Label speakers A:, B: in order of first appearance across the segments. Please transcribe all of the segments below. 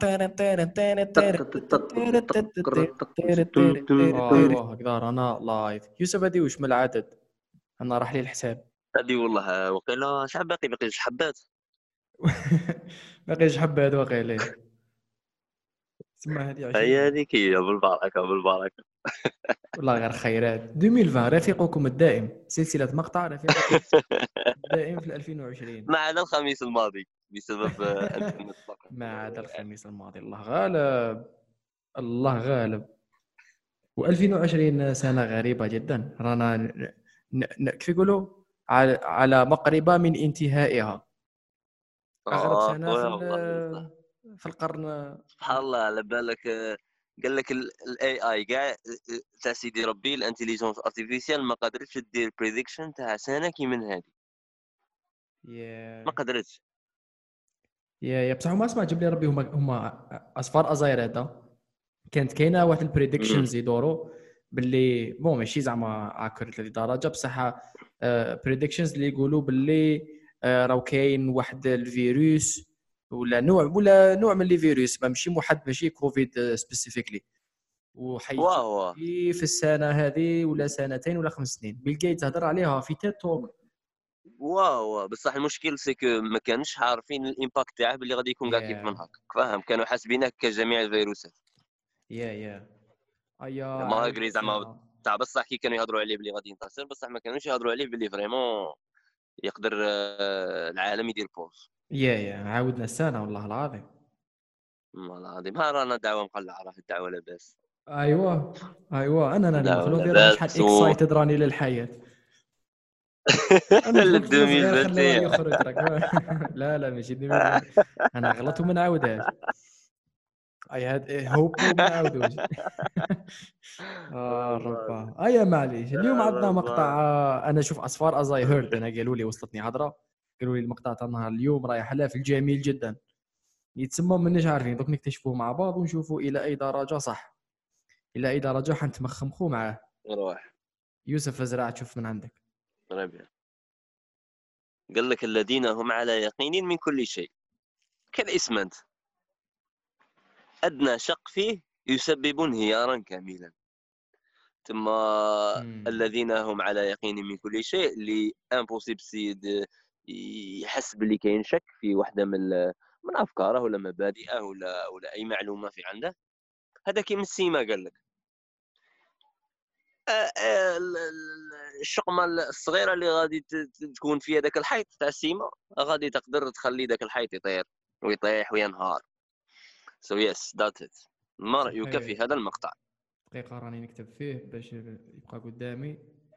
A: ايوا هكذا رانا لايف. يوسف هادي واش من العدد؟ انا راح لي الحساب.
B: هذه والله وقيلا شحال باقي جوج حبات.
A: باقي شحال حبه هاد واقيلا. تسمى هادي 20
B: هي هذيك هي بالبركه بالبركه.
A: والله غير خيرات. 2020 رفيقكم الدائم، سلسلة مقطع رفيقكم الدائم في 2020.
B: ما عدا الخميس الماضي بسبب الانترنت فقط.
A: ما عدا الخميس الماضي. الله غالب، الله غالب. و2020 سنة غريبة جدا. رانا كيف يقولوا على مقربة من انتهائها. أغرب سنة
B: خويا والله صح.
A: في القرن.
B: سبحان الله على بالك قال لك الاي اي كاع تاع سيدي ربي الانتيليجنس ارتيفيسيال ما قدرتش دير بريديكشن تاع سنه كي من هذه. ما
A: يا
B: قدرتش.
A: يا بصح ما اسمع، جيب لي ربي. هما اصفار ازاير هذا. كانت كاينه واحد البريدكشنز يدوروا باللي بون ماشي زعما اكوريت لهذه الدرجه، بصح بريدكشنز اللي يقولوا باللي راهو كاين واحد الفيروس ولا نوع من الفيروس، ماشي واحد، ماشي كوفيد سبيسيفيكلي، وحيجي
B: واه
A: في السنه هذه ولا سنتين ولا 5 سنين. بيل جيتس هضر عليها في تيد توك.
B: واه بصح المشكل سيك ما كانش عارفين الامباكت تاعه باللي غادي يكون كاع كيف من
A: يا
B: هكا فاهم. كانوا حاسبينه كجميع الفيروسات.
A: يا ايا
B: ما
A: عاود
B: اجري زعما
A: السنه.
B: تاع بصح كي كانوا يهضروا عليه باللي غادي ينتصر بصح ما كانوش يهضروا عليه باللي فريمون يقدر العالم يدير بوز.
A: يا عاودنا السنه والله العظيم.
B: والله العظيم ها رانا دعوه مقلعه راه الدعوه لاباس.
A: ايوه انا
B: دعوه
A: المخلوق راني شحال
B: لاباس
A: اكسايتد راني للحياه. انا
B: ل
A: دوك فلوس غير خليوها لي
B: 2021.
A: يخرج راك. لا ماشي 2020. انا غلط وما نعاودهاش. اي هاد هوب وما نعاودوش.
B: والله
A: ربا ايا معليش. اليوم عندنا
B: والله
A: مقطع. انا شوف اصفار ازاي هيرد. انا قالوا لي وصلتني هضره، قالوا لي المقطع تاع نهار اليوم رايح حلافل جميل جدا. يتسمى ماناش عارفين دوك نكتشفوه مع بعض ونشوفوا الى اي درجه صح، الى اي درجه حنتمخمخوا معاه.
B: روح
A: يوسف ازرع تشوف من عندك.
B: ربيع. قال لك الذين هم على يقين من كل شيء كالإسمنت أدنى شق فيه يسبب انهيارا كاملا. ثم
A: امم
B: الذين هم على يقين من كل شيء اللي امبوسيبل سيد يحس باللي كاين شك في واحده من افكاره ولا مبادئه ولا اي معلومه في عنده. هذا كيما السيما قال لك الشقمه الصغيره اللي غادي تكون في هذاك الحيط تاع السيما غادي تقدر تخلي ذاك الحيط يطير ويطيح وينهار. سو يس ذات ات. ما رايك في
A: صحيح.
B: هذا المقطع؟
A: دقيقة راني نكتب فيه باش يبقى قدامي.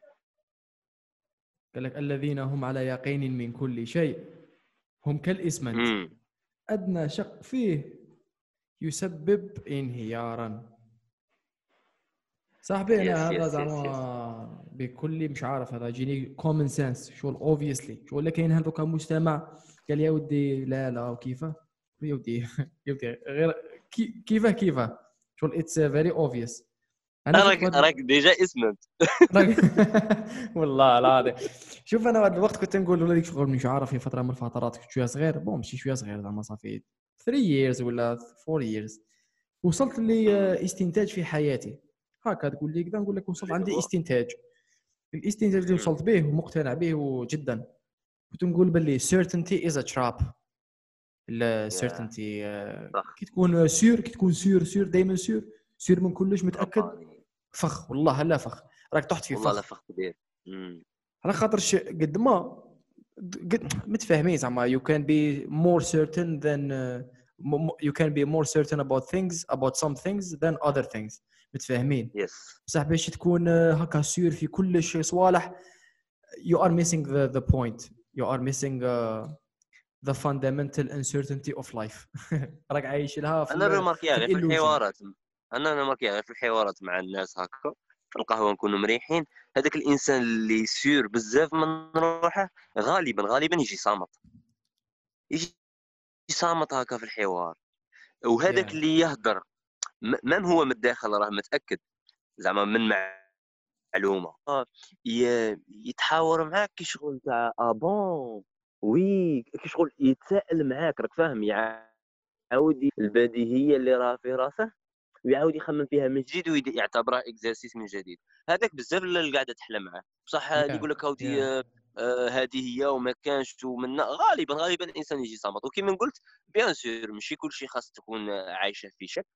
A: قال لك الذين هم على يقين من كل شيء هم كالإسمنت
B: امم
A: أدنى شق فيه يسبب انهيارا. صاحبي
B: يس
A: أنا هذا
B: يس يس يس
A: زعما بكل مش عارف، هذا جيني كومن سنس شغل اوبفيسلي شغل. كاين هذوك المجتمع قال يا ودي لا وكيفه يا ودي يا ودي غير كيفه شغل اتس فيري اوبفيس. انا شفت
B: راك ديجا اسمنت.
A: والله العظيم. شوف انا هذا الوقت كنت نقول لك شغل مش عارف في فتره من الفترات كنت شويه صغير، بون ماشي شويه صغير زعما صافي 3 years ولا 4 years. وصلت لي استنتاج في حياتي. هكا تقول لي كذا نقول لك وصلت
B: اللي
A: عندي
B: هو
A: استنتاج. الاستنتاج اللي وصلت به ومقتنع به جدا. كنت نقول باللي certainty is a trap.
B: يا
A: certainty
B: صح
A: كي تكون سير، كي تكون سير دائما سير من كلش متاكد.
B: رباني.
A: فخ والله لا فخ، راك طحت في
B: والله لا
A: فخ.
B: فخ كبير.
A: على خاطر قد ما متفاهمين زعما you can be more certain than you can be more certain about some things than other things. متفاهمين.
B: يس
A: بصح باش تكون هكا سير في كل شيء صوالح you are missing the point. You are missing the fundamental uncertainty of life. راك عايش لها
B: انا نماركيها
A: في
B: غير في
A: الillusion.
B: الحوارات. انا نماركيها غير في الحوارات مع الناس هكا في القهوه نكونوا مريحين. هذاك الانسان اللي سير بزاف من روحه غالبا يجي صامت. يجي صامت هكا في الحوار. وهذاك
A: yeah
B: اللي يهدر مام هو من الداخل راه متاكد زعما من معلومه يتحاور معاك كي شغل تاع بون وي كي شغل يتساءل معاك راك فاهم يعاود البديهيه اللي راه في راسه ويعاود يخمم فيها من جديد ويعتبرها اكزرسيس من جديد. هذاك بزاف اللي قاعده تحلم معاه بصح، اللي يقول لك هاودي هذه هي وما كانش ومن غالبا الانسان يجي صامت. وكما قلت بيان سور ماشي كل شيء خاص تكون عايشه في شك،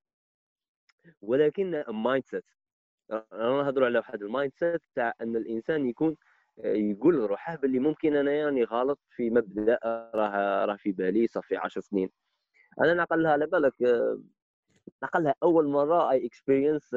B: ولكن مايند سيت. رانا نهضروا على واحد المايند سيت تاع ان الانسان يكون يقول لروحه باللي ممكن انا راني غلط في مبدا راه في بالي صافي 10 سنين. انا نعقلها على بالك، نعقلها اول مره اي اكسبيرينس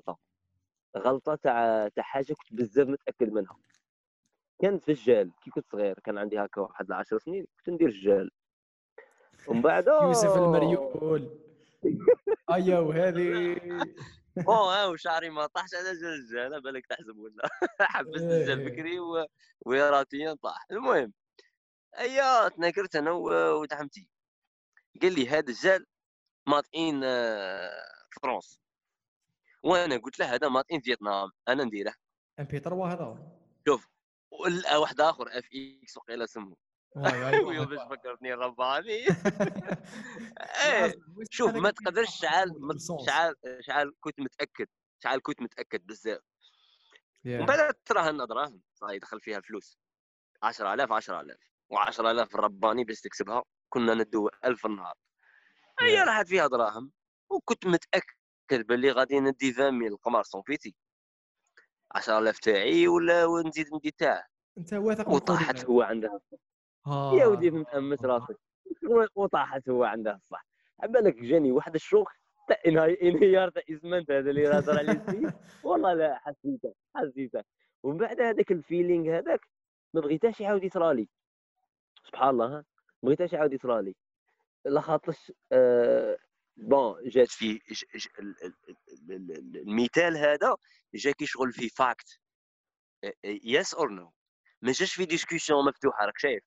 B: غلطه تاع حاجه كنت بزاف متاكد منها. كانت في الجال كي كنت صغير، كان عندي هكا واحد 10 سنين كنت ندير الجال ومن بعد
A: يوسف المريول. ايا وهذه.
B: ها وشعري ما طاحش على الجال بالك تحسب ولا حبست الجال بكري ويراتيا طاح. المهم ايا تناكرت انا وتحمتي، قال لي هذا الجال ماطئين فرنسا، وانا قلت له هذا ماطئين فيتنام انا نديره.
A: ام بي 3 هذا.
B: شوف ولا واحد اخر اف اكس وقيله سمو
A: واي ايوه
B: ويوم باش فكرتني الرباني
A: لا
B: ايه. شوف
A: هذاك
B: ما تقدرش
A: السونس.
B: شعال كنت متاكد، شعال كنت متاكد بزاف. ومن
A: يا
B: بعد تراهن دراهم صاي دخل فيها الفلوس 10000 و10000 الرباني باش تكسبها كنا ندو 1000 النهار. هي
A: يا
B: راحت فيها دراهم وكنت متاكد باللي غادي ندي 20000 القمر صونفيتي 10000 تاعي ولا ونزيد تاعه.
A: انت واثق من
B: وطاحت
A: قولنا.
B: هو عنده يا ودي متأمس راسك وطاحت هو عنده الصح. عبالك جاني واحد الشوك تاع انهيار تاع اسمنت هذا اللي هضر عليه سي. والله لا حسيته ومن بعد هذاك الفيلينغ هذاك ما بغيتاش يعاود يصرالي. سبحان الله ها، ما بغيتاش يعاود يصرالي لخاطرش بون جات في المثال هذا جا كيشغل في فاكت يس اور نو، ما جاش في ديسكوسيون مفتوحه راك شايف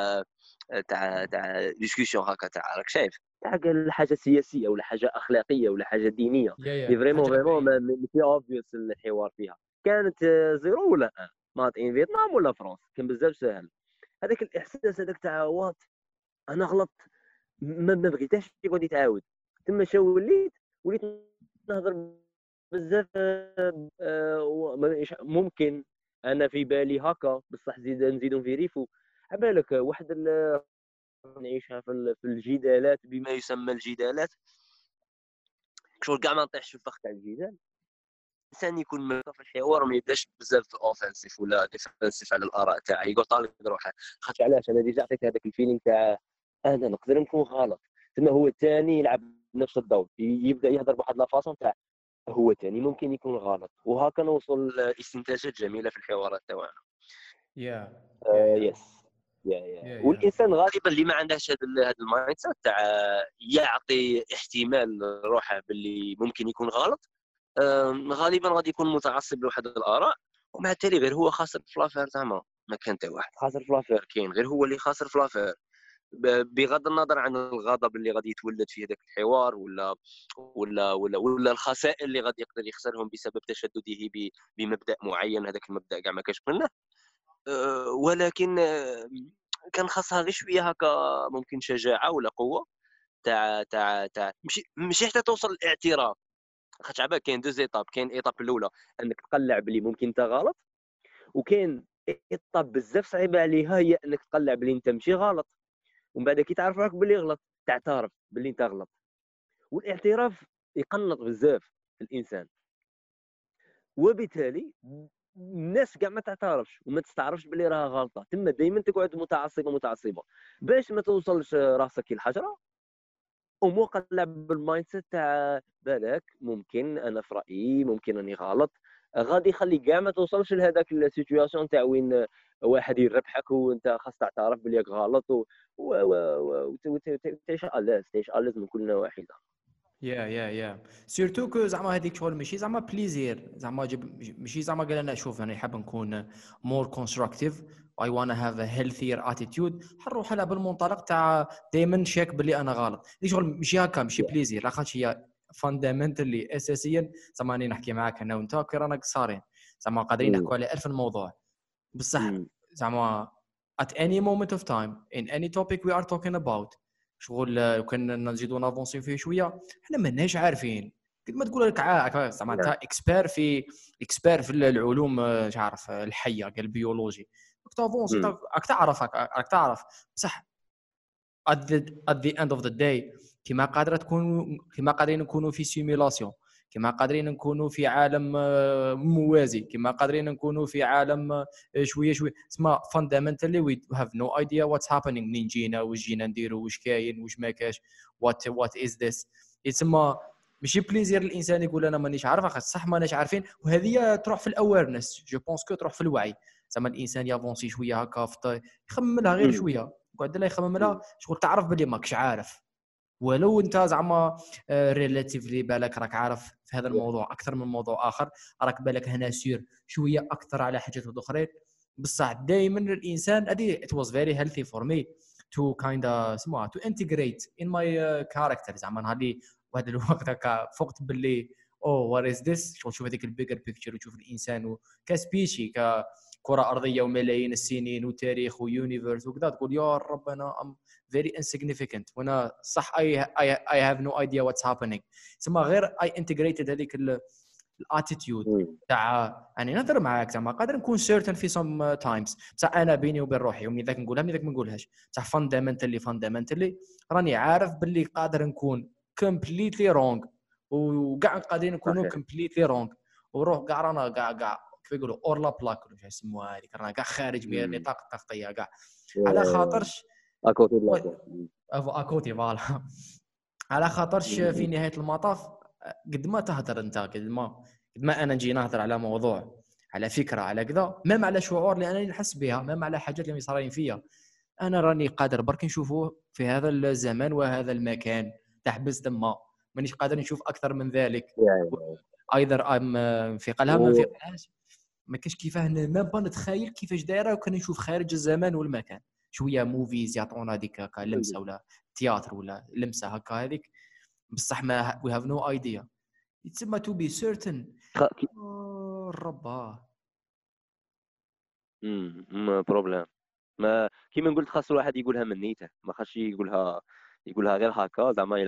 B: تاع ديسكوسيون هكا تاع راك شايف تاع قال حاجه سياسيه ولا حاجه اخلاقيه ولا حاجه دينيه اللي
A: يا
B: فريمون
A: حاجه
B: فريمون
A: باينه.
B: ماشي اوبفيوس الحوار فيها. كانت زيرو ولا ان ماطئين فيتنام ولا فرنسا كان بزاف ساهل. هذاك الاحساس هذاك تاع وات انا غلطت ما بغيتهاش يقعد يتعاود. تما شو وليت نهضر بزاف ممكن انا في بالي هكا بصح نزيدو نفيريفو. عبالك واحد نعيشها في الجدالات بما يسمى الجدالات شغل كاع ما نطيحش في الفخ تاع الجدال. الانسان يكون مرتاح في الحوار وما يبداش بزاف اوفنسيف ولا ديفنسيف على الاراء تاعه يقول طالب روحه. خاطر علاش انا ديجا عطيت هذاك الفيلينغ تاع انا نقدر نكون غلط. ثم هو الثاني يلعب نفس الدور يبدا يهضر بواحد لافاسون تاع هو الثاني ممكن يكون غلط وهكا نوصل لاستنتاجات جميله في الحوارات تاعنا.
A: يا يا
B: يس يا
A: يا
B: والانسان غالبا اللي ما عندهش هذا المايند سيت تاع يعطي احتمال روحه باللي ممكن يكون غلط، غالبا غادي يكون متعصب لواحد الاراء ومع التالي غير هو خاسر في لافير تاع ما كان حتى واحد خاسر في لافير. كاين غير هو اللي خاسر في لافير بغض النظر عن الغضب اللي غادي يتولد في هذاك الحوار ولا الخسائر اللي غادي يقدر يخسرهم بسبب تشدده بمبدا معين. هذاك المبدا كاع ما كاش منه، ولكن كان خاصها غير شويه هكا ممكن شجاعه ولا قوه تاع ماشي حتى توصل للاعتراف. خاطر عباك كاين دوز ايطاب، كاين ايطاب الاولى انك تقلع بلي ممكن انت غلط، وكاين ايطاب بزاف صعيبه عليها هي انك تقلع بلي انت ماشي غلط ومن بعد كي تعرف راك بلي غلط تعترف بلي انت غلط. والاعتراف يقنط بزاف الانسان وبالتالي الناس كاع ما تعترفش وما تستعرفش بلي راها غلطه. تما دائما تقعد متعصبه باش ما توصلش راسك الحجره ومقلع بالمايند سيت تاع بالك ممكن انا في رايي ممكن اني غلط. غادي يخلي كاع ما توصلش لهذاك السيتوياسيون تاع وين واحد يربحك وانت خاص تعترف بلي غلط وتعيش الاز من كل نواحي.
A: يا سيرتو كو زعما هذيك شغل ماشي زعما بليزير زعما ماشي زعما قال انا شوف انا حاب نكون مور كونستراكتيف اي وانا هاف ا هيلثير اتيتيود حنروح لها بالمنطلق تاع دائما شاك بلي انا غلط. دي شغل ماشي هكا ماشي بليزير لاخاطش هي فاندامنتالي اساسيا زعما راني نحكي معاك انا وانت كي رانا قصارين زعما قادرين نحكوا على 1000 الموضوع بصح زعما at any moment of time in any topic we are talking about شغل لو كان نزيدو نافونسي فيه شويه حنا ماناش عارفين. قد ما تقول لك زعما انت اكسبير في العلوم مش عارف الحيه قال البيولوجي راك تافونسي راك تعرف بصح at the end of the day كما قادرين نكونوا في سيميلاسيون، كما قادرين نكونوا في عالم موازي، كما قادرين نكونوا في عالم شويه تسمى fundamentally we have no idea what's happening منين جينا واش جينا نديروا واش كاين واش ما كاش what is this. يتسمى ماشي بليزير الانسان يقول انا مانيش عارف، صح ماناش عارفين، وهذه تروح في الاويرنس جو بونس كو تروح في الوعي. زعما الانسان يافونسي شويه هكا يخمم لها غير شويه قعد لا يخمم لها شغل تعرف بلي ماكش عارف، ولو انت زعما ريلاتيفلي بالك راك عارف في هذا الموضوع اكثر من موضوع اخر، راك بالك هنا سير شويه اكثر على حاجات اخرى. بصح دائما الانسان هذه it was very healthy for me to kind of سموها to integrate in my character. زعما هذه وهذا الوقت هكا فقت باللي وات از ذس، شوف هذيك البيجر بيكتشر وتشوف الانسان كسبيشي كره ارضيه وملايين السنين وتاريخ ويونيفرس وكذا، تقول يا رب انا ام very insignificant وانا صح I have no idea what's happening. ثم غير I integrated هذيك الاتيتيود تاع يعني نهضر معاك زعما قادر نكون certain في some times بصح انا بيني وبين روحي ومني ذاك نقولها مني ذاك ما نقولهاش بصح fundamentally راني عارف باللي قادر نكون completely wrong وكاع قادرين نكونوا completely wrong وروح كاع رانا كاع كيف يقولوا اور لا بلاك ولا شنو يسموها هذيك، رانا كاع خارج من نطاق التغطيه كاع على خاطرش اكوتي فوالا على خاطرش في نهايه المطاف قد ما تهدر انت قد ما انا نجي نهضر على موضوع على فكره على كذا ما على شعور اللي انا نحس بها ما على حاجات اللي صارين فيا، انا راني قادر برك نشوفوه في هذا الزمان وهذا المكان تحبس دما مانيش قادر نشوف اكثر من ذلك ايذر ام في قلها ما في قلهاش ما كاش كيفاه ما با نتخيل كيفاش دايره وكان نشوف خارج الزمان والمكان شويه موفيز يعطونا هذيك هكا لمسه ولا تياتر ولا لمسه هكا هذيك بصح ما we have no idea يتسمى to be certain رباه
B: ما بروبليم ما كيما قلت خاص الواحد يقولها من نيته ما خاصش يقولها غير هكا زعما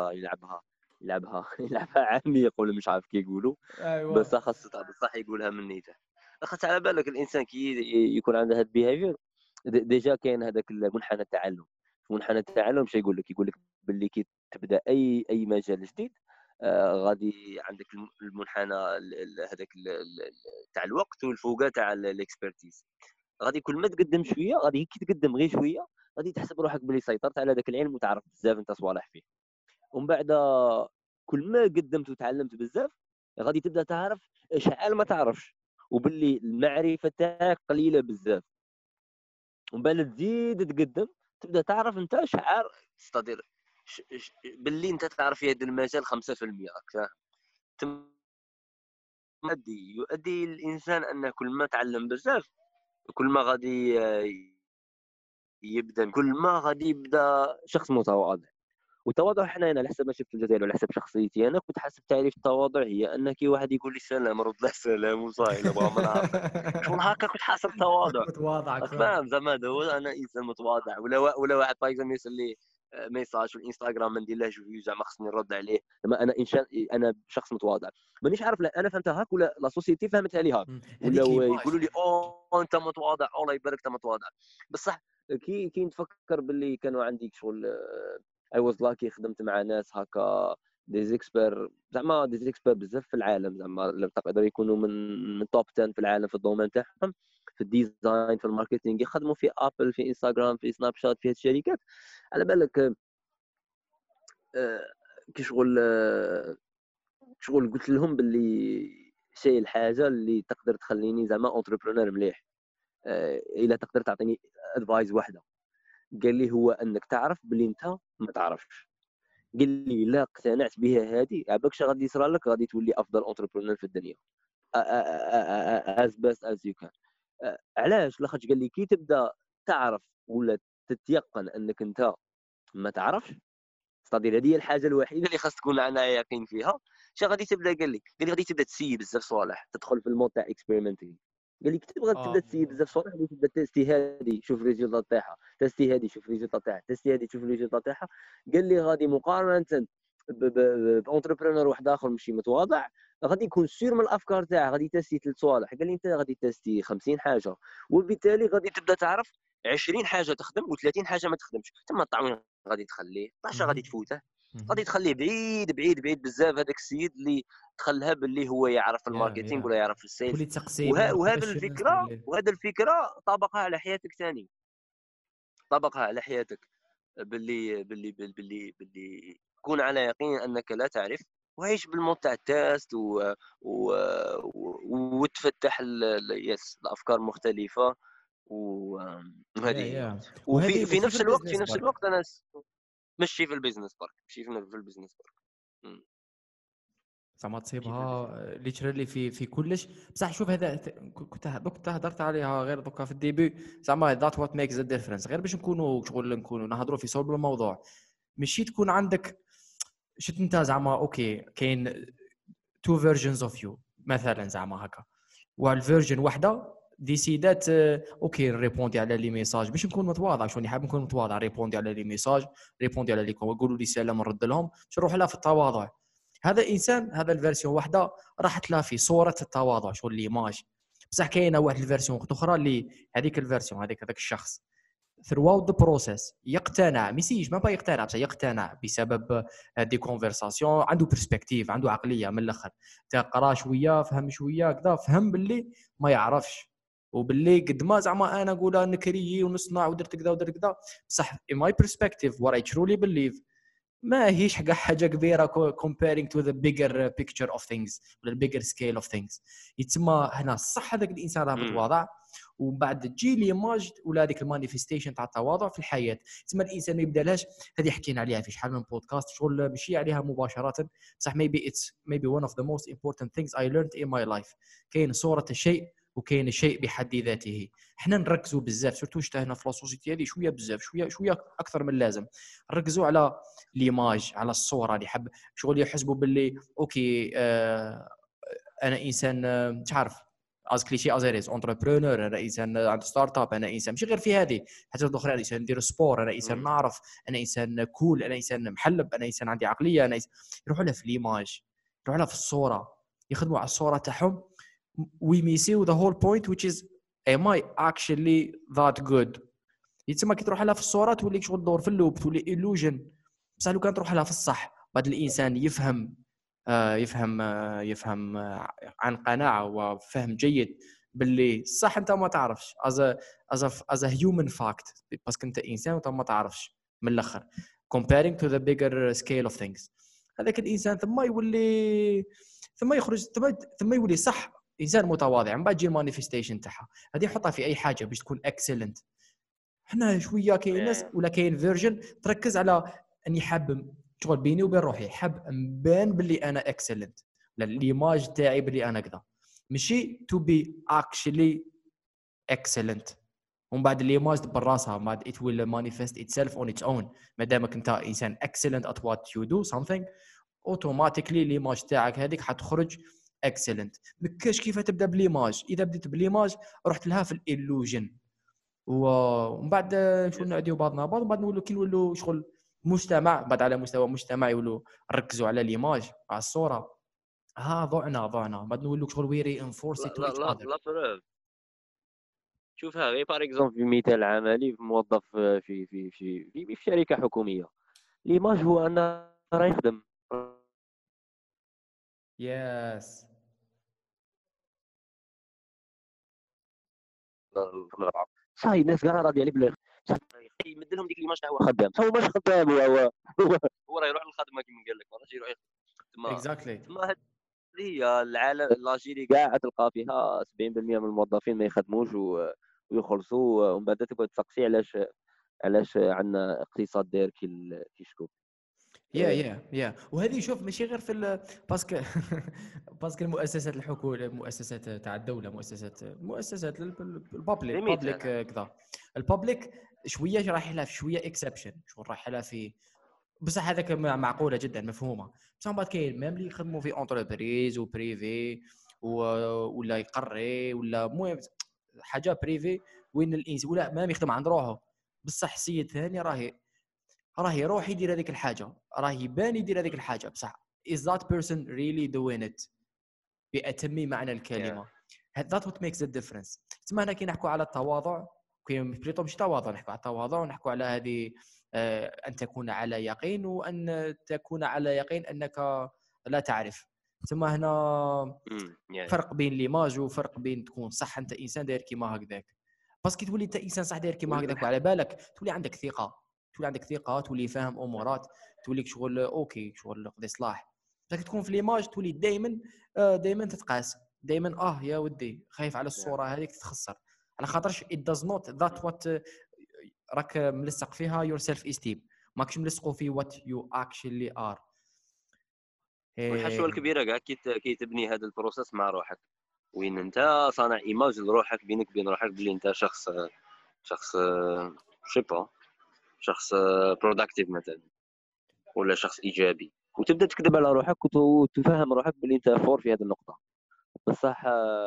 B: يلعبها عامي يقول مش عارف كي يقولوا
A: ايوه
B: بس خاص بصح يقولها من نيته. خاص على بالك الانسان كي يكون عنده هذا البيهافير ديجا كاين هذاك المنحنى التعلم. منحنى التعلم اش يقول لك باللي كي تبدا اي مجال جديد غادي عندك المنحنى هذاك تاع الوقت والفوقه تاع الاكسبرتيز. غادي كل ما تقدم شويه غادي كي تقدم غير شويه غادي تحسب روحك بلي سيطرت على ذاك العلم وتعرف بزاف انت صوالح فيه. ومن بعد كل ما قدمت وتعلمت بزاف غادي تبدا تعرف شحال ما تعرفش وباللي المعرفه تاعك قليله بزاف. ومن بعد تزيد تقدم تبدا تعرف انت شحال استدير باللي انت تعرف في هذا المجال 5% راك فاهم. يؤدي الانسان ان كل ما تعلم بزاف كل ما غادي يبدا شخص متواضع. والتواضع حنايا على حسب ما شفت في الجزائر وعلى حسب شخصيتي انا كنت حاسب تعريف التواضع هي ان كي واحد يقول لي سلام رد له سلام وصاي لا بغا ما نعرفك شغل هكا كنت حاسب تواضع.
A: متواضع
B: فاهم زعما هذا هو انا انسان متواضع ولا واحد بايزا يرسل لي ميساج في الانستغرام ما نديرلهش فيو زعما خصني نرد عليه زعما انا انسان انا شخص متواضع. مانيش عارف لا انا فهمتها هاك ولا لا سوسيتي فهمتها لي هاك ولا يقولوا لي انت متواضع الله يبارك انت متواضع. بصح كي نتفكر باللي كانوا عندي شغل اي واز لاكي خدمت مع ناس هكا ديزيكسبير زعما ديزيكسبير بزاف في العالم زعما تقدر يكونوا من توب 10 في العالم في الدومين تاعهم في الديزاين في الماركتينغ يخدموا في ابل في انستغرام في سناب شات في هاد الشركات. على بالك كي شغل قلت لهم باللي شيء الحاجه اللي تقدر تخليني زعما انتربرونور مليح الا تقدر تعطيني ادفايس واحده. قال لي هو انك تعرف باللي انت ما تعرفش. قال لي لا اقتنعت بها هذه عباكش غادي يصرى لك غادي تولي افضل انتربرونور في الدنيا as best as you can. علاش لاخاطش قال لي كي تبدا تعرف ولا تتيقن انك انت ما تعرفش صدير هذه هي الحاجه الوحيده اللي خاص تكون عندها يقين فيها. غادي تبدا قال لي غادي تبدا تسيي بزاف صوالح تدخل في المود تاع اكسبيرمنتينغ قال لي كي تبغى تبدا تسيي بزاف صوالح اللي تبدا تيستي هذه شوف ريزولطا تاعها، تيستي هذه شوف ريزولطا تاعها، تيستي هذه شوف ريزولطا تاعها. قال لي غادي مقارنه بانتربرونور واحد اخر ماشي متواضع غادي يكون سير من الافكار تاعه، غادي تيستي 3 صوالح. قال لي انت غادي تيستي 50 حاجه، وبالتالي غادي تبدا تعرف 20 حاجه تخدم و30 حاجه ما تخدمش. تما الطعوين غادي تخليه، طاشا غادي تفوته، غادي تخليه بعيد بعيد بعيد بزاف. هذاك السيد اللي دخلها باللي هو يعرف الماركتينغ ولا يعرف السيلز.
A: تولي تقسيم
B: وهذا الفكره طبقها على حياتك ثاني، طبقها على حياتك باللي كون على يقين انك لا تعرف، وعيش بالمود تاع التاست و... وتفتح الافكار مختلفه وهذه هي.
A: وهذه
B: وفي
A: ماشي في
B: نفس الوقت
A: البيزنس برك.
B: انا ماشي في البيزنس برك، ماشي في البيزنس برك.
A: زعما تصيبها ليترالي في كلش. بصح شوف هذا كنت هضرت عليها غير دوكا في الديبي، زعما ذات وات ميكس ذا ديفرنس. غير باش نكونوا نهضروا في صلب الموضوع، ماشي تكون عندك شفت انت زعما اوكي كاين تو فيرجنز اوف يو مثلا زعما هكا، والفيرجن وحده ديسيدات اوكي ريبوندي على لي ميساج باش نكون متواضع. شوني حاب نكون متواضع، ريبوندي على لي ميساج، ريبوندي على لي يقولوا لي سلام نرد لهم، باش نروح لها في التواضع. هذا انسان هذا الفيرسيون وحده راحت لها في صوره التواضع شو ليماج. بصح كاينه واحد الفيرسيون اخرى اللي هذيك الفيرسيون هذاك الشخص throughout the process يقتنع، ميسيش ما يقتنع بس يقتنع بسبب دي كونفرساسيون، عنده برسبكتيف، عنده عقليه من الاخر، تقرا شويه فهم شويه كذا، فهم باللي ما يعرفش، وباللي قد ما زعما انا نقولها نكري ونصنع ودرت كذا ودرت كذا، بصح in my perspective what I truly believe ما هيش حاجه كبيره comparing to the bigger picture of things ولا the bigger scale of things. يتسمى هنا صح هذاك الانسان راه متواضع، ومن بعد تجي ليماج ولا هذيك المانيفيستيشن تاع التواضع في الحياه. تسمى الانسان ما يبدالهاش. هذه حكينا عليها في شحال من بودكاست شغل ماشي عليها مباشره، بصح maybe it's maybe one of the most important things I learned in my life. كاين صوره الشيء وكاين الشيء بحد ذاته. احنا نركزوا بزاف سورتو شتا هنا في لاسوسيتي هذه شويه بزاف شويه اكثر من اللازم نركزوا على ليماج، على الصوره اللي حب شغل يحسبوا باللي اوكي انا انسان تعرف از كليشي ازيريز انتربرونور، انا انسان عند ستارت اب، انا انسان ماشي غير في هذه حاجات اخرى، انا انسان ندير سبور، انا انسان نعرف، انا انسان كول، انا انسان محلب، انا انسان عندي عقليه، انا يروحوا لها في ليماج، يروحوا لها في الصوره، يخدموا على الصوره تاعهم. we miss the whole point which is am I actually that good. يتسمى كي تروح لها في الصوره تولي شغل تدور في اللوب، تولي illusion. بصح لو كان تروح لها في الصح بعد الانسان يفهم عن قناعه وفهم جيد باللي صح انت ما تعرفش as a human fact باسكو انت انسان وانت ما تعرفش من الاخر comparing to the bigger scale of things. هذاك الانسان ثم يخرج ثم يولي صح انسان متواضع. من بعد تجي المانيفيستيشن تاعها هذه يحطها في اي حاجه باش تكون اكسلنت. احنا شويه كاين ناس ولا كاين فيرجن تركز على اني حاب شغل بيني وبين روحي، حاب نبان باللي انا اكسلنت ولا ليماج تاعي باللي انا كذا، ماشي تو بي اكشلي اكسلنت. ومن بعد ليماج بالراسها ما it will manifest itself on its own. ما دامك انت انسان excellent at what you do something اوتوماتيكلي ليماج تاعك هذيك حتخرج اكسلنت. مكاش كيف تبدا بليماج، اذا بديت بليماج رحت لها في الالوجن ومن بعد شغل نعديو بعضنا بعض، وبعد نولوا كي نولوا شغل مجتمع، بعد على مستوى مجتمع يولوا نركزوا على ليماج على الصوره. ضعنا بعد نولوا شغل ويري انفورس تو ايتش اذر.
B: لا بروف شوفها غير بار اكزومبل في مثال عملي، موظف في شركه حكوميه، ليماج هو ان راه يخدم
A: يس
B: صاي الناس كاع راضيه عليه بلا يمد لهم ديك ليماج تاع هو خدام، هو ماش خدام، هو راه يروح للخدمه كيما قال لك، ماشي يروح يخدم
A: اكزاكتلي.
B: تما هذه هي العالم. لاجيري كاع تلقى فيها 70% من الموظفين ما يخدموش ويخلصوا، ومن بعد تبغى تسقسي علاش عندنا اقتصاد داير كي شكون.
A: يا وهذه شوف ماشي غير في باسكو باسكو المؤسسات الحكوميه، المؤسسات تاع الدوله، مؤسسات البابليك كذا، البابليك شويه رايح لها في شويه اكسبشن، شو رايح لها في بصح هذاك معقوله جدا مفهومه. بصح بعد كاين ميم اللي يخدموا في انتربريز وبريفي ولا يقري ولا المهم حاجه بريفي وين الانسان ولا ما يخدم عند روحه. بصح السيد ثاني راه يروح يدير هذيك الحاجه، راه يبان يدير هذيك الحاجه بصح is that person really doing it بأتم معنى الكلمه. that what makes the difference. تسمى هنا كي نحكوا على التواضع، كي بليطو مش تواضع، نحكوا على التواضع ونحكوا على هذه ان تكون على يقين وان تكون على يقين انك لا تعرف. تسمى هنا فرق بين ليماج وفرق بين تكون صح انت انسان داير كيما هكذاك. باسكو تولي انت انسان صح داير كيما هكذاك وعلى بالك تولي عندك ثقه، تولي فاهم امورات، تولي شغل اوكي شغل قضي صلاح. لكن تكون في ليماج تولي دائما تتقاس، دائما يا ودي خايف على الصوره هذيك تتخسر، على خاطرش it does not that what راك ملصق فيها your self esteem، ماكش ملصقوا في what you actually are.
B: والحشوه الكبيره كاع كي تبني هذا البروسيس مع روحك، وين انت صانع ايماج لروحك بينك وبين روحك بلي انت شخص شيبا شخص بروداكتيف مثلا، ولا شخص ايجابي، وتبدا تكذب على روحك وتفهم روحك بلي انت فور في هذه النقطه. بصح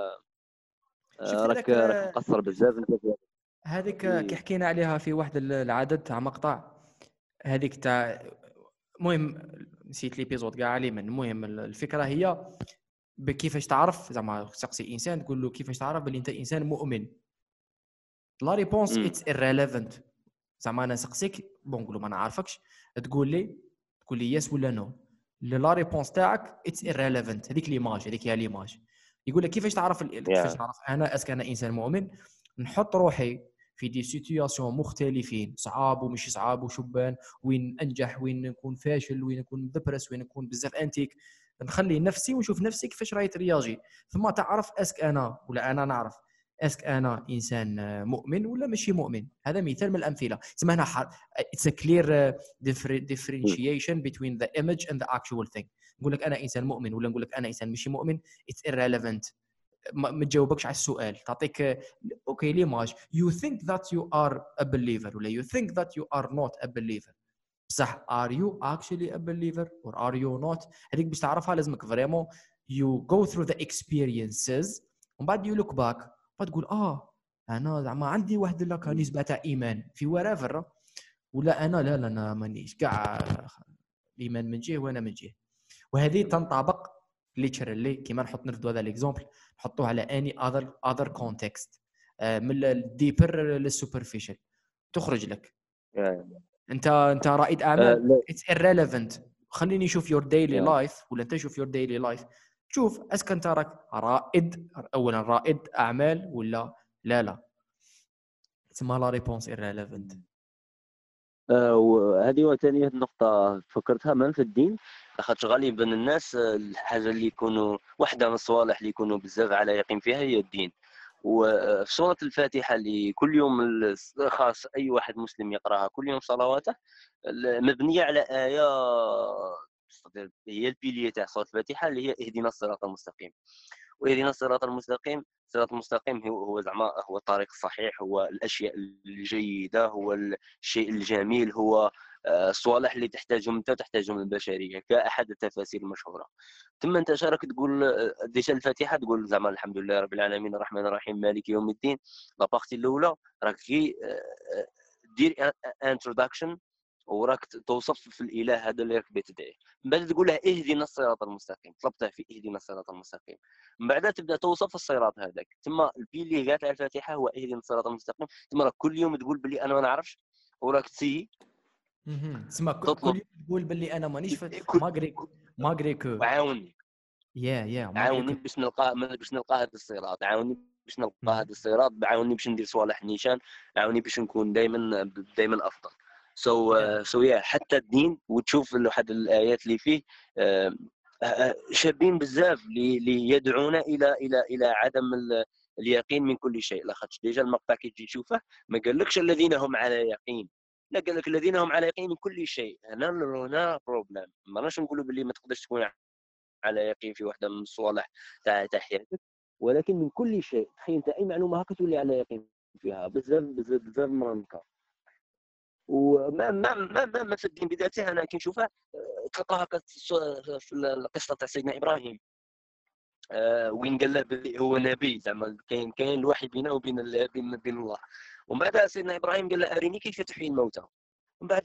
A: شفت
B: راك
A: هذاك
B: مقصر بزاف انت في
A: هذيك كي حكينا عليها في واحد العدد تاع مقطع، هذيك تاع المهم نسيت ليبيزود كاع عليه. من المهم الفكره هي بكيفاش تعرف زعما تسقسي انسان تقول له كيفاش تعرف بلي انت انسان مؤمن. لا ريبونس اتس irrelevant. زعما انا نسقسيك بون نقول له ما نعرفكش، تقول لي يس ولا نو. لا ريبونس تاعك اتس irrelevant. هذيك ليماج، هذيك هي ليماج. يقول لك كيفاش تعرف انا اسك انا انسان مؤمن. نحط روحي في دي سيتوياسيون مختلفين، صعاب ومش صعاب وشبان، وين انجح وين نكون فاشل، وين نكون مدبرس، وين نكون بزاف انتيك. نخلي نفسي ونشوف نفسي كيفاش راهي ترياجي، ثم تعرف اسك انا ولا انا نعرف اسك انا انسان مؤمن ولا ماشي مؤمن. هذا مثال من الامثله. تسمى هنا it's a clear differentiation between the image and the actual thing. نقول لك انا انسان مؤمن ولا نقول لك انا انسان ماشي مؤمن it's irrelevant. ما تجاوبكش على السؤال، تعطيك اوكي ليماج you think that you are a believer ولا you think that you are not a believer. بصح are you actually a believer or are you not؟ هذيك باش تعرفها لازمك فريمون you go through the experiences ومن بعد you look back فتقول انا زعما عندي واحد نسبه تاع ايمان في wherever، ولا انا لا انا مانيش كاع الايمان من جهه وانا من جهه. وهذه تنطبق ليترالي كيما نرفدوا هذا ليكزومبل نحطوه على اني اذر كونتكست، من الديبر للسوبرفيشال تخرج لك. انت رائد اعمال اتس irrelevant. خليني نشوف يور ديلي لايف ولا انت شوف يور ديلي لايف، شوف اسك انت راك رائد، اولا رائد اعمال ولا لا. تسمى لا ريبونس irrelevant.
B: وهذه ثانية نقطة فكرتها من في الدين، لاخاطش غالبا الناس الحاجة اللي يكونوا واحدة من الصوالح اللي يكونوا بزاف على يقين فيها هي الدين. وفي سورة الفاتحة اللي كل يوم خاص أي واحد مسلم يقرأها كل يوم صلواته، مبنية على آية هي البيلية تاع سورة الفاتحة اللي هي اهدنا الصراط المستقيم. واهدنا الصراط المستقيم، الصراط المستقيم هو زعما هو الطريق الصحيح، هو الاشياء الجيده، هو الشيء الجميل، هو الصوالح اللي تحتاجهم انت وتحتاجهم البشريه كاحد التفاسير المشهوره. ثم انت شارك تقول ديجا الفاتحه تقول زعما الحمد لله رب العالمين الرحمن الرحيم مالك يوم الدين. لابارتي الاولى راك كي دير انتروداكشن وراك توصف في الاله هذا اللي راك بتدعيه، من بعد تقول له اهدنا الصراط المستقيم، طلبته في اهدنا الصراط المستقيم، من بعد تبدا توصف الصراط هذاك. ثم البيلي قالت على الفاتحه هو اهدنا الصراط المستقيم، ثم راك كل يوم تقول بلي انا ما نعرفش وراك تسي
A: تسمى كل يوم تقول بلي انا مانيش ماغري كو
B: عاوني عاوني باش نلقى هذا الصراط، عاوني باش نلقى هذا الصراط، عاوني باش ندير صوالح نيشان، عاوني باش نكون دائما افضل. سو يا حتى الدين وتشوف واحد الايات اللي فيه شابين بزاف اللي يدعونا الى عدم اليقين من كل شيء. لاخاطش ديجا المقطع كي تجي تشوفه ما قالكش الذين هم على يقين، لا قال لك الذين هم على يقين من كل شيء. هنا بروبليم، ما نقدرش نقولوا باللي ما تقدرش تكون على يقين في واحده من الصوالح تاع حياتك، ولكن من كل شيء. تخيل انت اي معلومه هكا تولي على يقين فيها بزاف بزاف بزاف من وما في الدين بذاته. انا كي نشوفها تلقاها في القصه تاع سيدنا ابراهيم. وين قال له بلي هو نبي، زعما كاين الوحي بينه وبين بين الله. ومن بعد سيدنا ابراهيم قال له اريني كيف تحيي الموتى. ومن بعد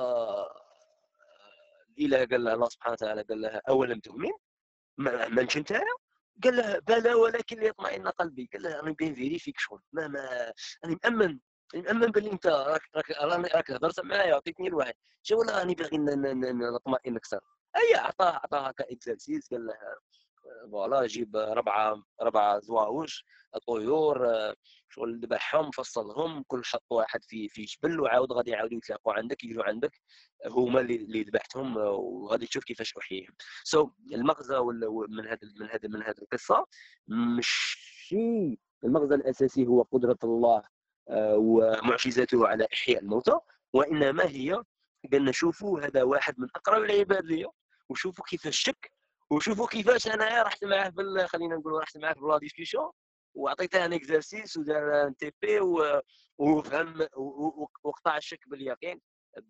B: الاله قال له الله سبحانه وتعالى قال له اولم تؤمن، ما امنتش انت؟ قال له بلى ولكن ليطمئن قلبي. قال له راني بين فيريفيك شغل ما راني مأمن باللي انت راك هضرت معايا عطيتني الوحي، شو راني باغي نطمئن اكثر. اي عطاه كاكزرسيس، قال له فوالا جيب ربعه زواوج طيور، شغل ذبحهم فصلهم كل حط واحد في جبل، وعاود غادي يعاودوا يتلاقوا عندك يجوا عندك هما اللي ذبحتهم، وغادي تشوف كيفاش احييهم. المغزى من هذه القصه ماشي المغزى الاساسي هو قدره الله ومعجزته على احياء الموتى، وانما هي قال نشوفوا هذا واحد من اقرب العباد لي، وشوفوا كيفاش شك، وشوفوا كيفاش انا رحت معاه خلينا نقولوا رحت معاه في لا ديسكسيون، وعطيته ان اكزرسيس ودار ان تي بي وفهم وقطع الشك باليقين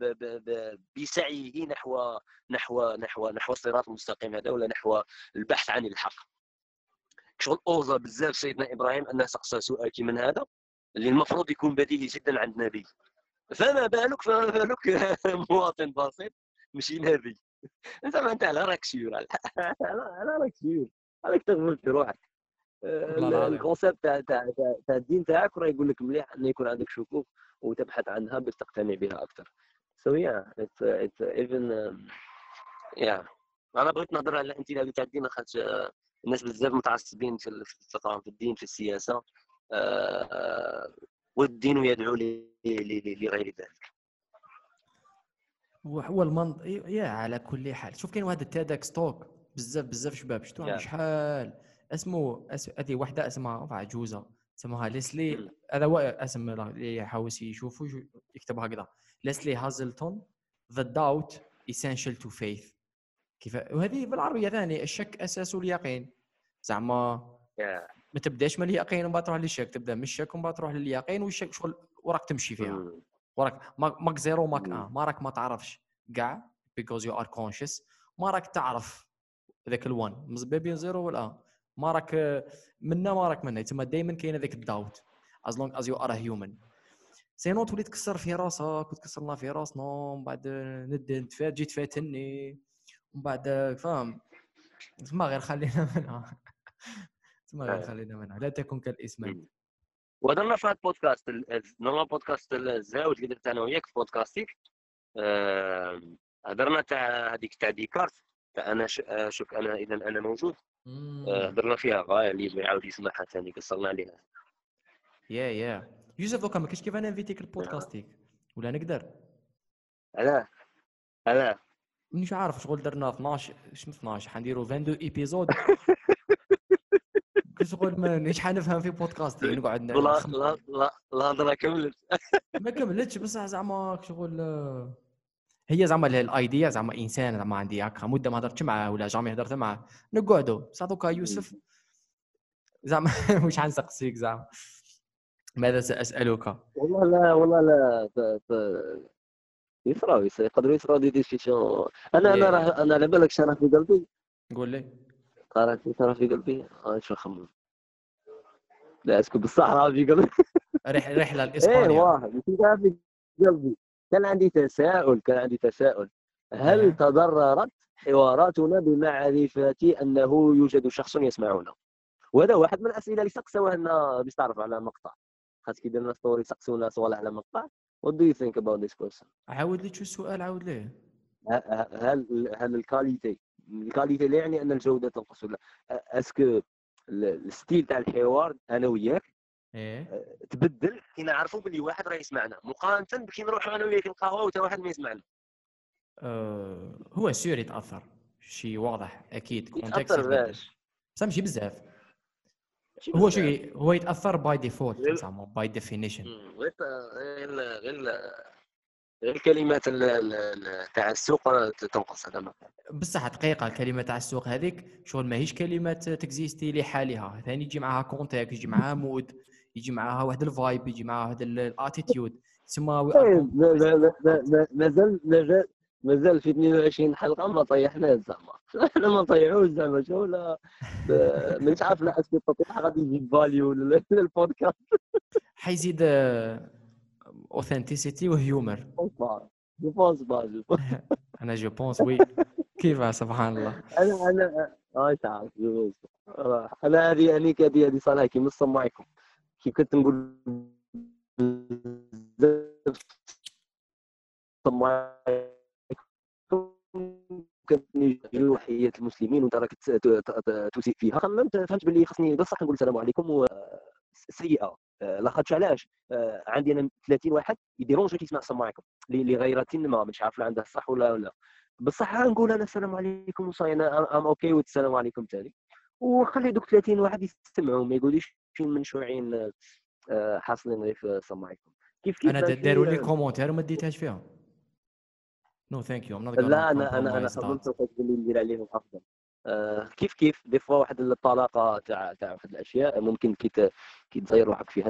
B: بسعيه نحو الصراط المستقيم هذا، ولا نحو البحث عن الحق. شغل اوزا بزاف سيدنا ابراهيم انه سقسى سؤال كي من هذا اللي المفروض يكون بديهي جدا عند نبي، فما بالك مواطن بسيط ماشي نبي. انت على راك سيور، على راك سيور، عليك تغفل في روحك.
A: والله العظيم
B: الكونسيبت تاع الدين تاعك راه يقول لك مليح ان يكون عندك شكوك وتبحث عنها باش تقتنع بها اكثر. سو يا اتس ايفن يا انا بغيت نهضر على الامثله تاع الدين، خاطر الناس بزاف متعصبين في الدين في السياسه، والدين يدعو لغير ذلك.
A: هو المنطق يا على كل حال. شوف كاين واحد التيدكس توك بزاف شباب شفتو عندي شحال اسمه هذه وحده اسمها عجوزه اسمها ليسلي، هذا هو اسم اللي يحاول يشوفوا يكتب هكذا، ليسلي هازلتون The Doubt Essential to Faith. كيف وهذه بالعربيه ثاني الشك اساس اليقين. زعما ما تبداش من اليقين وبعد تروح للشك، تبدا من الشك وبعد تروح لليقين، والشك شغل وراك تمشي فيها، وراك ماك زيرو ماك ما راك ما تعرفش كاع because you are conscious، ما راك تعرف ذاك الوان مزبيبين زيرو ولا ما راك منا ما راك منا، تما دائما كاين هذاك الداوت as long as you are a human. سينو تولي تكسر في راسك وتكسرنا في راسنا، ومن بعد تجي تفاتني، ومن بعد فاهم تما غير خلينا منها تما غير خلينا منها، لا تكن كالاسمنت.
B: وهضرنا في هذا البودكاست نورمال بودكاست الزاوج اللي درت انا وياك في بودكاستيك، هضرنا تاع هذيك تاع ديكارت تاع انا شوف انا اذا انا موجود، هضرنا فيها غايه اللي يعاود يسمعها ثاني قصرنا عليها.
A: يا يوسف دوكا ما كاينش كيف انا نفيتيك البودكاستيك ولا نقدر؟
B: علاه
A: مانيش عارف شغل درنا 12 حنديروا 22 ايبيزود شغل مانيش حنفهم في بودكاستيك نقعد نخمم.
B: لا هضره كملت
A: ما كملتش بصح زعما شغل هي زعما الايديا زعما انسان زعما عندي هكا مده ما هضرتش معاه ولا جامي هضرت معاه نقعدوا بصح دوكا يوسف زعما واش حنسقسيك زعما ماذا ساسالك؟
B: والله لا يقدروا يصراو دي ديسكسيون. انا على بالك شرف في قلبي،
A: قول لي
B: شرف في قلبي شو نخمم. لا اسكت بالصحراء في قلبي
A: رحله لاسبانيا.
B: ايه واحد في قلبي كان عندي تساؤل هل تضررت حواراتنا بمعرفة أنه يوجد شخص يسمعنا؟ وهذا واحد من الأسئلة اللي سقسوها لنا باش تعرف على مقطع، خاص كي درنا ستوري سقسونا سؤال على مقطع. What do you think about this question؟
A: عاود لي شو السؤال، عاود ليه.
B: هل الكاليتي لا يعني أن الجودة تنقص ولا اسكو الستيل تاع الحوار أنا وياك تبدل كي نعرفوا بلي واحد راه يسمعنا مقارنة بكي نروحوا أنا وياك القهوة وتا واحد ما يسمعنا.
A: هو سير يتاثر شيء واضح اكيد
B: كونتكست يتبدل
A: بس ماشي بزاف. هو شيء هو يتاثر باي ديفولت زعما باي ديفينيشن.
B: غير الكلمات تاع السوق تنقص هذا
A: بصح دقيقه الكلمه تاع السوق هذيك شغل ماهيش كلمات تكزيستي لحالها، ثاني يجي معها كونتكست، يجي معها مود، يجي معها واحد الفايب، يجي معها واحد الاتيتيود تسمى
B: مازال مازال في 22 حلقه ما طيحناش زعما. احنا ما نطيحوش زعما شو لا. مش عارف لا اسكو التطيح غادي يجيب فاليو للبودكاست.
A: حيزيد اوثنتيسيتي وهيومر.
B: جو بونس با
A: انا جو بونس وي. كيف سبحان الله.
B: انا تعرف انا هذه يعني هذه صالحه كيما نسمعكم كي كنت نقول بزاف نسمعكم كتجيو حياة المسلمين وانت راك تسيء فيها. خممت فهمت باللي خصني بصح نقول السلام عليكم سيئه. لاخاطش علاش عندي انا 30 واحد يديرونج كي يسمع السلام عليكم اللي غيرتين ما مش عارف لا عنده الصح ولا لا. بصح نقول انا السلام عليكم وصاي انا ام اوكي والسلام عليكم تاني وخلي دوك 30 واحد يستمعوا ما يقوليش منشوعين حاصلين غير في السلام عليكم. كيف
A: انا داروا لي
B: فهمتني.
A: كومونتير وما ديتهاش فيها. نو ثانك يو ام نوت غانا
B: لا انا
A: كومبرومايز ذات.
B: خممت وقت اللي ندير عليهم افضل. كيف دي فوا واحد الطلاقه تاع واحد الاشياء ممكن كي تزير روحك فيها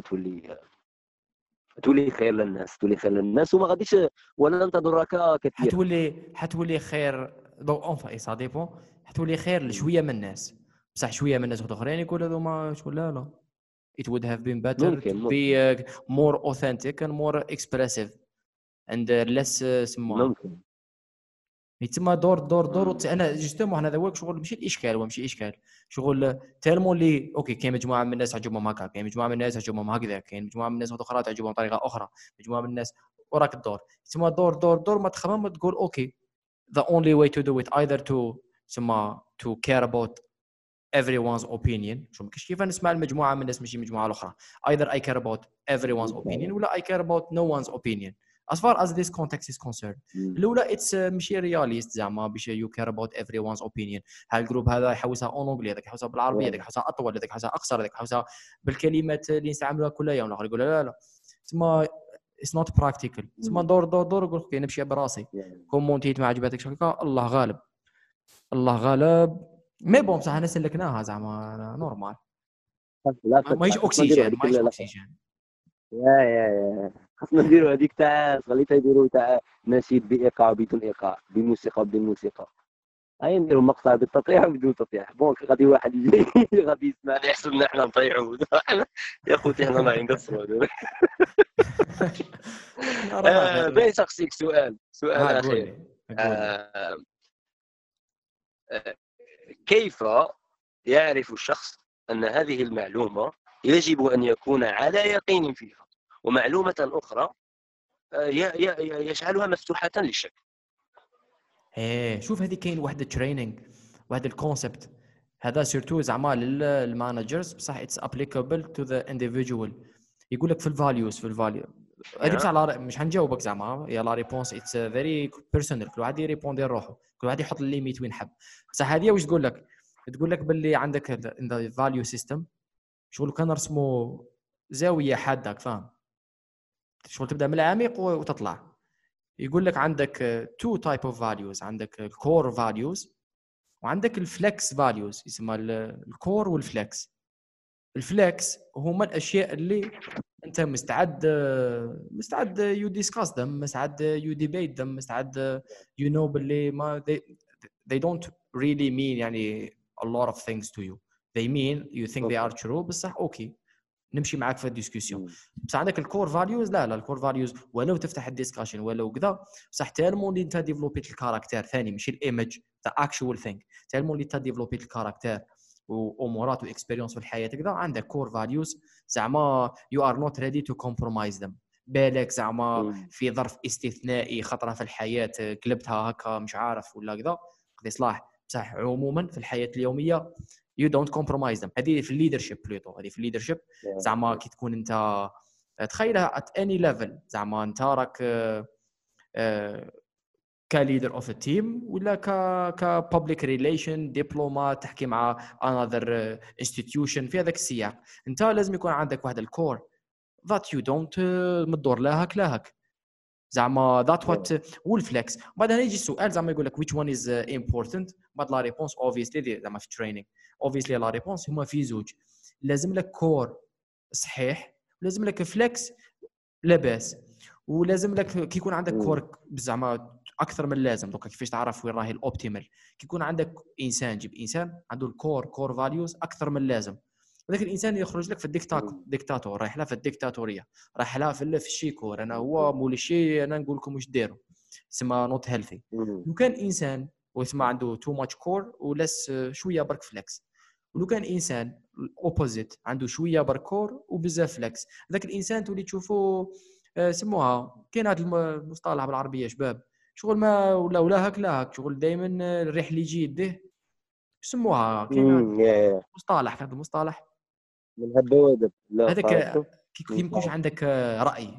B: تولي خير للناس وما غاديش ولا انت ضرك كثير.
A: حتولي خير دو اونفا اي سا ديبون. حتولي خير لشويه من الناس، بصح شويه من الناس اخرين يقولوا هذوما شغل لا لا. it would have been better to
B: ممكن
A: be more authentic and more expressive and less سما
B: ممكن
A: يتسمى دور انا جوستومون هذا هو شغل ماشي الاشكال وماشي اشكال شغل تالمون لي اوكي. كاين مجموعه من الناس تعجبهم هكا، كاين مجموعه من الناس تعجبهم هكذا، كاين مجموعه من الناس اخرى تعجبهم بطريقه اخرى، مجموعه من الناس وراك الدور. يتسمى دور ما تخمم تقول اوكي the only way to do it either to سما to care about everyone's opinion. شو مش كيف نسمع المجموعه من الناس ماشي مجموعه الاخرى. either I care about everyone's opinion ولا I care about no one's opinion as far as this context is concerned. الاولى it's ماشي رياليست زعما باش you care about everyone's opinion. الجروب هذا يحوسها اون انجلي، هذاك يحوسها بالعربيه، هذاك يحوسها اطول، هذاك يحوسها اقصر، هذاك يحوسها بالكلمات اللي نستعملوها كل يوم. الاخر يقول لا تسمى it's not practical. تسمى دور يقول لك نمشي براسي كومونتيت ما عجبتكش هكا الله غالب الله غالب. مي بون بصح انا سلكناها زعما نورمال. ماهيش اوكسيجين ماهيش اوكسيجين.
B: يا خصنا نديروا هذيك تاع خليتها يديروا تاع نشيد بايقاع بدون ايقاع بموسيقى بدون موسيقى. هاي نديروا مقطع بالتطيح وبدون تطيح. بون غادي واحد يجي غادي يسمعني يحسبنا احنا نطيحوا. يا خوتي احنا ما نقصروا. باغي نسقسيك سؤال اخير. كيف يعرف الشخص أن هذه المعلومة يجب أن يكون على يقين فيها ومعلومة أخرى يجعلها مفتوحة للشك؟
A: شوف هذه كاين واحد التريننج واحد الكونسبت هذا سيرتو زعما للمانجرز بصح اتس ابليكابل تو ذا انديفيدوال. يقول لك في الفاليو هذه بصح مش حنجاوبك زعما يا لا ريبونس اتس فيري بيرسونال. كل واحد يريبوندي روحه، كل واحد يحط الليميت وين حب. بصح هذه واش تقول لك؟ تقول لك باللي عندك ذا فاليو سيستم شغل كان نرسموا زاويه حاده فاهم شغل تبدا من العميق وتطلع. يقول لك عندك تو تايب اوف فاليوز، عندك الكور فاليوز وعندك الفلكس فاليوز. يسمى الكور والفلكس. الفلكس هما الاشياء اللي انت مستعد يو ديسكاس ذم، مستعد يو ديبيت ذم، مستعد يو نو باللي ما they don't really mean يعني a lot of things to you. they mean you think they are true بصح اوكي نمشي معاك في الديسكوسيون. بصح عندك الكور فاليوز لا الكور فاليوز ولو تفتح الديسكشن ولو كذا بصح تالمون اللي انت ديفلوبيت الكاركتير ثاني ماشي الايمج ذا اكشوال ثينك. تالمون اللي انت ديفلوبيت الكاركتير وامورات واكسبيريونس في الحياه كذا عندك كور فاليوز زعما يو ار نوت ريدي تو كومبرومايز ذم. بالك زعما في ظرف استثنائي خطره في الحياه قلبتها هكا مش عارف ولا كذا قد يصلح. بصح عموما في الحياه اليوميه you don't compromise them. هذه في الليدرشيب بلوتو. هذه في الليدرشيب زعما كي تكون انت تخيلها at any level زعما انت راك كليدر اوف تيم ولا كبابليك ريليشن دبلومات تحكي مع another institution في هذاك السياق. انت لازم يكون عندك واحد الكور that you don't مدور لاهك زعما that what والفلكس. بعد هنا يجي السؤال زعما يقول لك which one is important. بعد لا ريبونس obviously زعما في التريننج obviously لا ريبونس هما في زوج. لازم لك كور صحيح ولازم لك فلكس لاباس ولازم لك كي يكون عندك كور زعما اكثر من اللازم. دوكا كيفاش تعرف وين راهي الاوبتيمال؟ كي يكون عندك انسان، جيب انسان عنده الكور فاليوز اكثر من اللازم، ولكن الانسان يخرج لك في الديكتاتور، رايح لها في الديكتاتوريه، رايح لها في الشيكور، انا هو مول الشيء، انا نقول لكم واش ديروا، تسمى نوت هيلثي. لو كان انسان ويسمى عنده تو ماتش كور ولس شويه برك فليكس، ولو كان انسان الاوبوزيت عنده شويه برك كور وبزاف فليكس، ذاك الانسان تولي تشوفه سموها كاين هذا المصطلح بالعربيه شباب، شغل ما ولا هاك لا هاك، شغل دائما الريح اللي يجي يديه يسموها، كاين هذا مصطلح، هذا المصطلح
B: من هالبوادر لا
A: هذاك
B: قاعدته
A: كي ما يكونش عندك راي،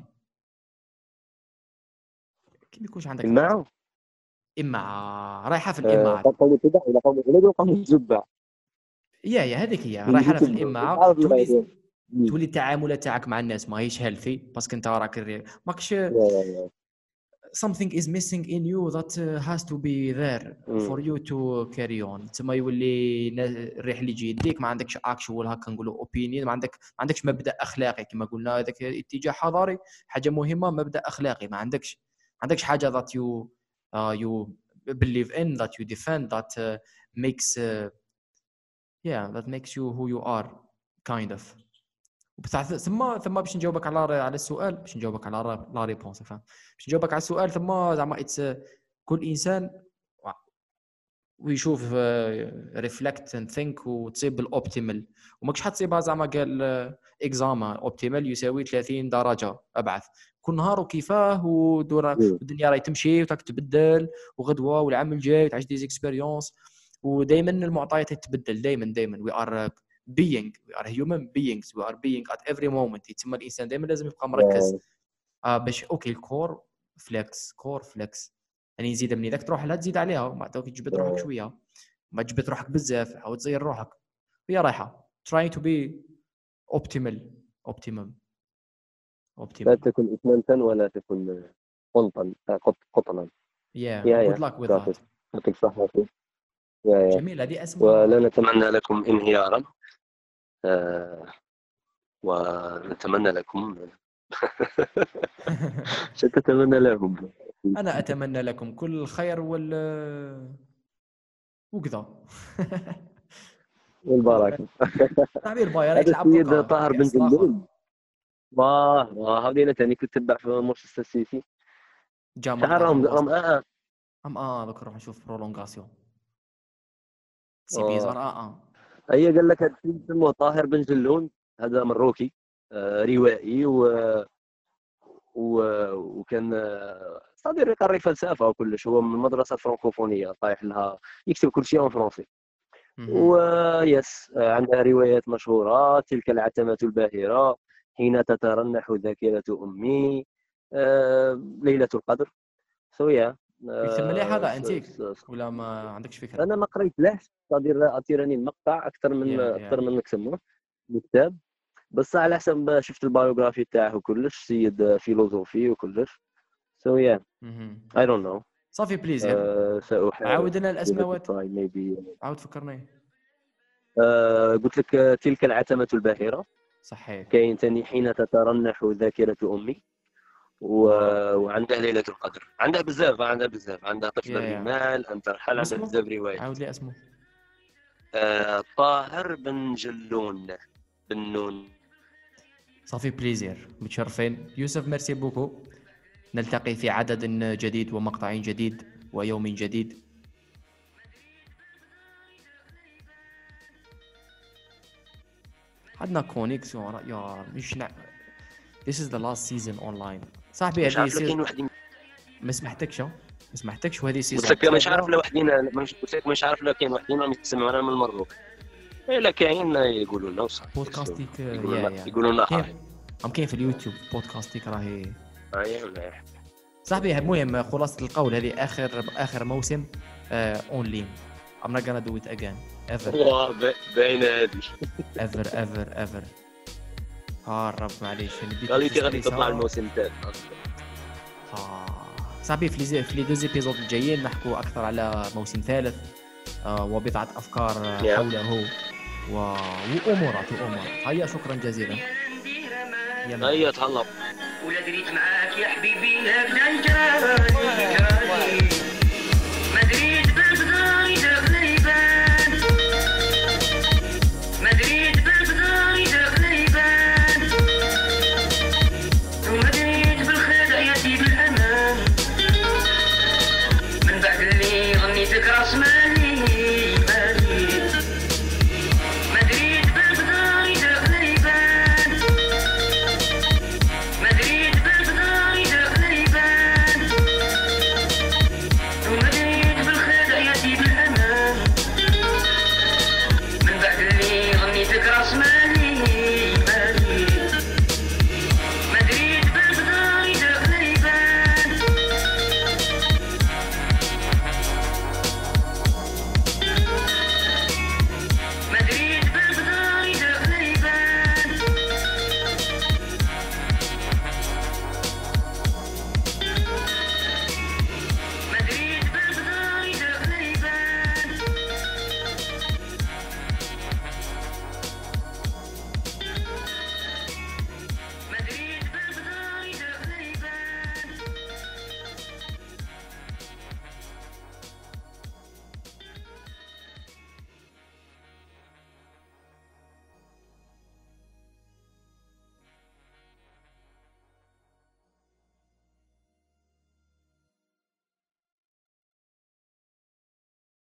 A: كي ما يكونش عندك
B: معه
A: اما رايحه في الامعه.
B: قوم كده ولا قوم زبع
A: يا هذيك هي رايحه في الامعه، تولي التعاملات تاعك مع الناس ماهيش هيلثي، باسكو انت راك ماكش something is missing in you that has to be there for you to carry on. تما يولي الريح اللي يجي يديك، ما عندكش اكشوال هكا نقولوا اوبينيون، ما عندكش مبدا اخلاقي كما قلنا، هذاك اتجاه حضاري حاجه مهمه، مبدا اخلاقي ما عندكش حاجه that you believe in, that you defend, that makes that makes you who you are kind of. ثم باش نجاوبك على السؤال، باش نجاوبك على لا ريبونس، فاهم؟ باش نجاوبك على السؤال، ثم زعما كل انسان ويشوف ريفلكت اند ثينك وتصيب الاوبتيمال، وماكش حتصيبها زعما قال اكزاما اوبتيمال يساوي 30 درجه ابعث كل نهار وكيفاه والدنيا راهي تمشي وتاك تبدل، وغدوه والعام الجاي تعيش دي اكسبيريونس، ودائما المعطيات تتبدل دائما. we are human beings, we are being at every moment. يتسمى الانسان دائما لازم يبقى مركز باش اوكي الكور فليكس يعني يزيد من ذاك تروح لها تزيد عليها، ما تعاود تجبد روحك شويه، ما تجبد روحك بزاف، عاود تزير روحك، هي رايحه trying to be optimum.
B: لا تكن إثمنتا ولا تكن قطنا.
A: good luck with that.
B: يعطيك الصحة.
A: جميل، هذه اسمها.
B: ولا نتمنى لكم انهيارا، ونتمنى لكم شو تتمنى لهم؟
A: أنا أتمنى لكم كل الخير وكذا
B: والبركة.
A: تعبير باير
B: هذا السيد طاهر بن جلول، هذه ثاني كنت تتبع في مانشستر سيتي. شعرهم
A: ذكر نروح نشوف برولونغاسيون سي بيزار
B: هي قال لك هذا اسمه طاهر بن جلول، هذا مروكي روائي وكان صديق يقري فلسفه وكلش، هو من المدرسه الفرنكوفونيه طايح لها يكتب كل شيء فرنسي. ويس عنده روايات مشهوره، تلك العتمه الباهره، حين تترنح ذاكره امي، ليله القدر. سويا
A: يكتب مليح هذا انتيك ولا ما عندكش فكره؟
B: انا ما قريت له صدير اثيرني المقطع اكثر من نسموه الكتاب، بس على حسب شفت البايوغرافي تاعه وكلش، سيد فيلوزوفي وكلش. سويا اي دونت نو.
A: صافي بليزير. عاود لنا الاسماوات، عاود فكرني.
B: قلت لك تلك العتمة الباهرة،
A: صحيح.
B: كاين ثاني حين تترنح ذاكرة أمي، وعنده ليلة القدر، عندها بزاف، عندها طفل الرمال، أن ترحل، عندها بزاف روايات.
A: عاود لي اسمه.
B: طاهر بن جلون بن نون.
A: صافي بليزير، متشرفين يوسف، ميرسي بوكو. نلتقي في عدد جديد ومقطع جديد ويوم جديد. عندنا كونيكسيون يا مش This is the last season online صاحبي. هذه سيزون ما سمحتكش وهذه سيزون
B: مش عارف لو وحدين، مش عارف لو كاين وحدين راهم يسمعونا من المغرب، الا كاين يقولوا لنا وصح
A: بودكاستيك
B: يقولوا لنا
A: كاين في اليوتيوب بودكاستيك راهي صاحبي. المهم خلاصة القول هذه اخر موسم اونلاين. I'm not gonna do it again ever.
B: باين هذه
A: ever رب معليش
B: غادي تطلع الموسم الثالث
A: صاحبي. في لي دوز ايبيزود الجايين نحكوا اكثر على موسم ثالث وبضعة افكار حوله وامورات. هيا شكرا جزيلا.
B: هيا تهلا
C: ولا دريت معاك يا حبيبي هكذا نجرى
B: واعر.